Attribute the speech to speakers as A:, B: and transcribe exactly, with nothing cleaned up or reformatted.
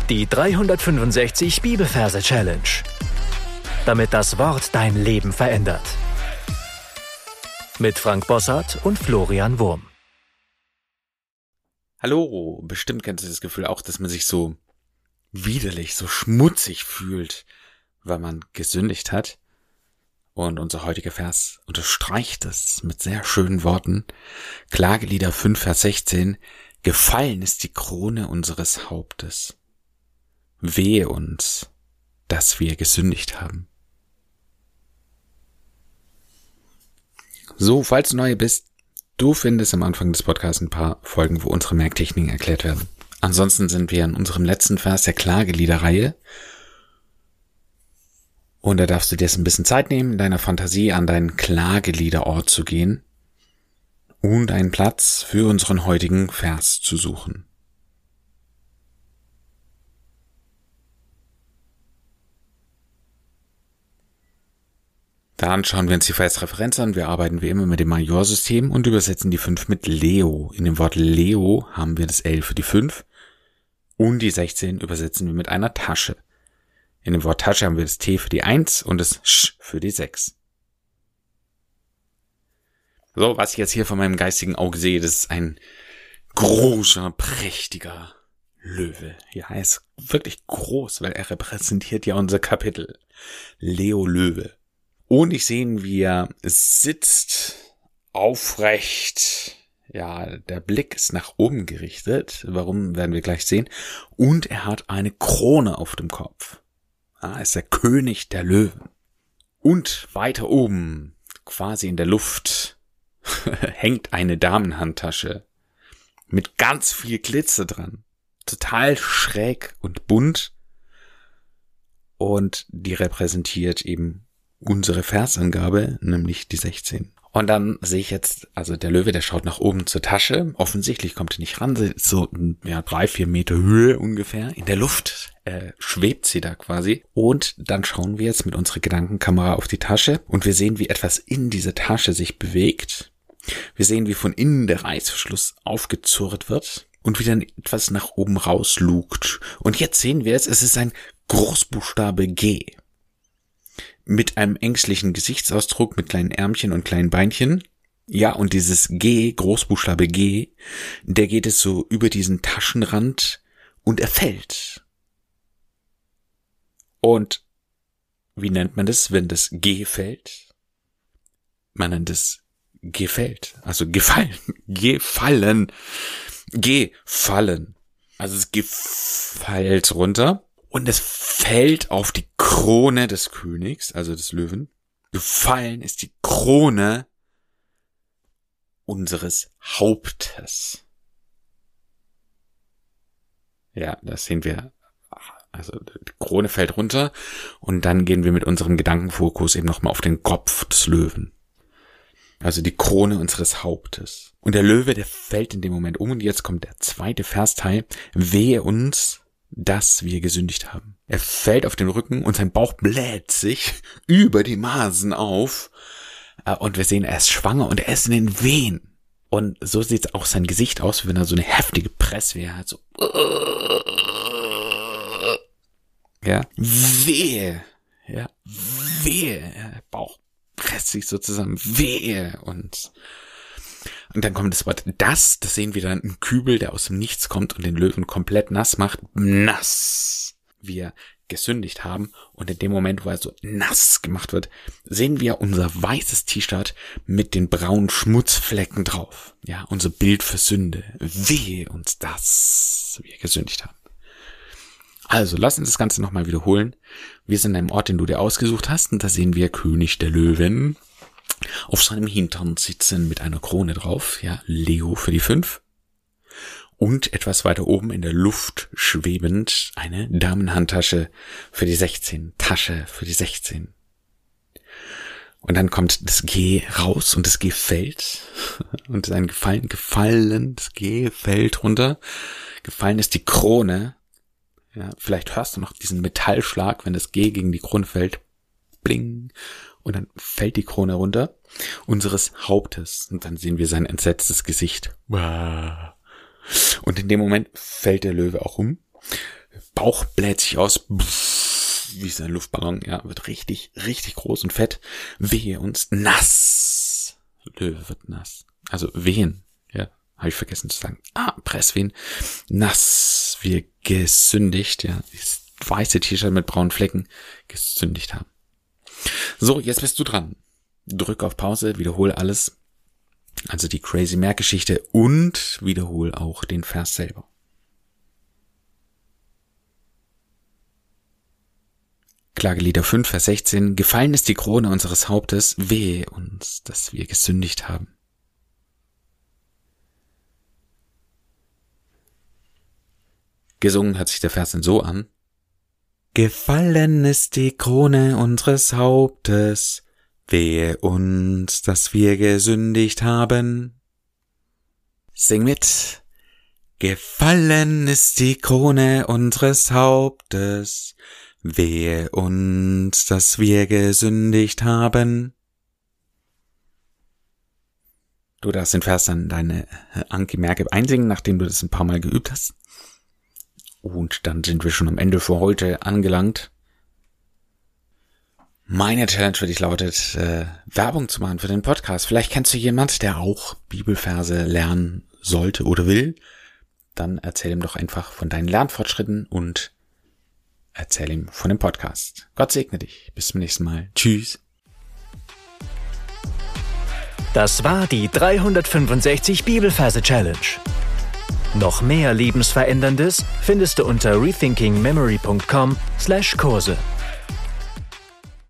A: Die dreihundertfünfundsechzig Bibelverse Challenge. Damit das Wort dein Leben verändert. Mit Frank Bossart und Florian Wurm.
B: Hallo, bestimmt kennst du das Gefühl auch, dass man sich so widerlich, so schmutzig fühlt, weil man gesündigt hat. Und unser heutiger Vers unterstreicht es mit sehr schönen Worten. Klagelieder fünf, Vers sechzehn. Gefallen ist die Krone unseres Hauptes. Wehe uns, dass wir gesündigt haben. So, falls du neu bist, du findest am Anfang des Podcasts ein paar Folgen, wo unsere Merktechniken erklärt werden. Ansonsten sind wir in unserem letzten Vers der Klageliederreihe. Und da darfst du dir jetzt ein bisschen Zeit nehmen, in deiner Fantasie an deinen Klageliederort zu gehen und einen Platz für unseren heutigen Vers zu suchen. Dann schauen wir uns die Versreferenz an. Wir arbeiten wie immer mit dem Majorsystem und übersetzen die fünf mit Leo. In dem Wort Leo haben wir das L für die fünf und die sechzehn übersetzen wir mit einer Tasche. In dem Wort Tasche haben wir das T für die eins und das Sch für die sechs. So, was ich jetzt hier von meinem geistigen Auge sehe, das ist ein großer, prächtiger Löwe. Ja, er ist wirklich groß, weil er repräsentiert ja unser Kapitel. Leo Löwe. Und ich sehe ihn, wie er sitzt, aufrecht. Ja, der Blick ist nach oben gerichtet. Warum, werden wir gleich sehen. Und er hat eine Krone auf dem Kopf. Er ist der König der Löwen. Und weiter oben, quasi in der Luft, hängt eine Damenhandtasche mit ganz viel Glitzer dran. Total schräg und bunt. Und die repräsentiert eben unsere Versangabe, nämlich die sechzehn. Und dann sehe ich jetzt, also der Löwe, der schaut nach oben zur Tasche. Offensichtlich kommt er nicht ran, so ja, drei, vier Meter Höhe ungefähr. In der Luft äh, schwebt sie da quasi. Und dann schauen wir jetzt mit unserer Gedankenkamera auf die Tasche und wir sehen, wie etwas in dieser Tasche sich bewegt. Wir sehen, wie von innen der Reißverschluss aufgezurrt wird und wie dann etwas nach oben rauslugt. Und jetzt sehen wir es, es ist ein Großbuchstabe G. Mit einem ängstlichen Gesichtsausdruck, mit kleinen Ärmchen und kleinen Beinchen. Ja, und dieses G, Großbuchstabe G, der geht es so über diesen Taschenrand und er fällt. Und wie nennt man das, wenn das G fällt? Man nennt es gefällt, also gefallen, gefallen, gefallen. Also es gefällt runter. Und es fällt auf die Krone des Königs, also des Löwen. Gefallen ist die Krone unseres Hauptes. Ja, das sehen wir. Also die Krone fällt runter und dann gehen wir mit unserem Gedankenfokus eben nochmal auf den Kopf des Löwen. Also die Krone unseres Hauptes. Und der Löwe, der fällt in dem Moment um und jetzt kommt der zweite Versteil. Wehe uns, dass wir gesündigt haben. Er fällt auf den Rücken und sein Bauch bläht sich über die Maßen auf. Und wir sehen, er ist schwanger und er ist in den Wehen. Und so sieht auch sein Gesicht aus, wie wenn er so eine heftige Presswehe hat. So. Ja. Wehe. Ja. Wehe. Der Bauch presst sich so zusammen. Wehe. Und Und dann kommt das Wort das, das sehen wir dann im Kübel, der aus dem Nichts kommt und den Löwen komplett nass macht. Nass. Wir gesündigt haben und in dem Moment, wo er so nass gemacht wird, sehen wir unser weißes T-Shirt mit den braunen Schmutzflecken drauf. Ja, unser Bild für Sünde. Wehe uns das, wir gesündigt haben. Also, lass uns das Ganze nochmal wiederholen. Wir sind an einem Ort, den du dir ausgesucht hast und da sehen wir König der Löwen auf seinem Hintern sitzen mit einer Krone drauf, ja, Leo für die fünf. Und etwas weiter oben in der Luft schwebend eine Damenhandtasche für die sechzehn, Tasche für die sechzehn. Und dann kommt das G raus und das G fällt. Und ein Gefallen, gefallen, das G fällt runter. Gefallen ist die Krone. Ja, vielleicht hörst du noch diesen Metallschlag, wenn das G gegen die Krone fällt. Bling. Und dann fällt die Krone runter unseres Hauptes. Und dann sehen wir sein entsetztes Gesicht. Und in dem Moment fällt der Löwe auch um. Bauch bläht sich aus, wie so ein Luftballon, ja, wird richtig, richtig groß und fett. Wehe uns nass. Löwe wird nass. Also Wehen, ja, habe ich vergessen zu sagen. Ah, Presswehen. Nass, wir gesündigt, ja, das weiße T-Shirt mit braunen Flecken gesündigt haben. So, jetzt bist du dran. Drück auf Pause, wiederhole alles. Also die Crazy Merkgeschichte und wiederhole auch den Vers selber. Klagelieder fünf, Vers sechzehn. Gefallen ist die Krone unseres Hauptes, wehe uns, dass wir gesündigt haben. Gesungen hört sich der Vers dann so an. Gefallen ist die Krone unseres Hauptes, wehe uns, dass wir gesündigt haben. Sing mit. Gefallen ist die Krone unseres Hauptes, wehe uns, dass wir gesündigt haben. Du darfst den Vers dann deine Anki-Merke einsingen, nachdem du das ein paar Mal geübt hast. Und dann sind wir schon am Ende für heute angelangt. Meine Challenge für dich lautet, äh, Werbung zu machen für den Podcast. Vielleicht kennst du jemand, der auch Bibelverse lernen sollte oder will. Dann erzähl ihm doch einfach von deinen Lernfortschritten und erzähl ihm von dem Podcast. Gott segne dich. Bis zum nächsten Mal. Tschüss.
A: Das war die dreihundertfünfundsechzig Bibelverse Challenge. Noch mehr Lebensveränderndes findest du unter rethinkingmemory punkt com slash Kurse.